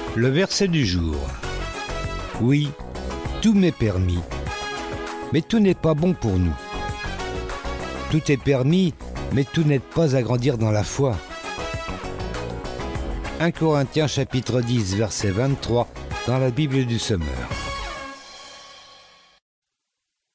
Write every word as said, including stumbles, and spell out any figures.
Le verset du jour. Oui, tout m'est permis, mais tout n'est pas bon pour nous. Tout est permis, mais tout n'aide pas à grandir dans la foi. un Corinthiens chapitre dix, verset vingt-trois, dans la Bible du Semeur.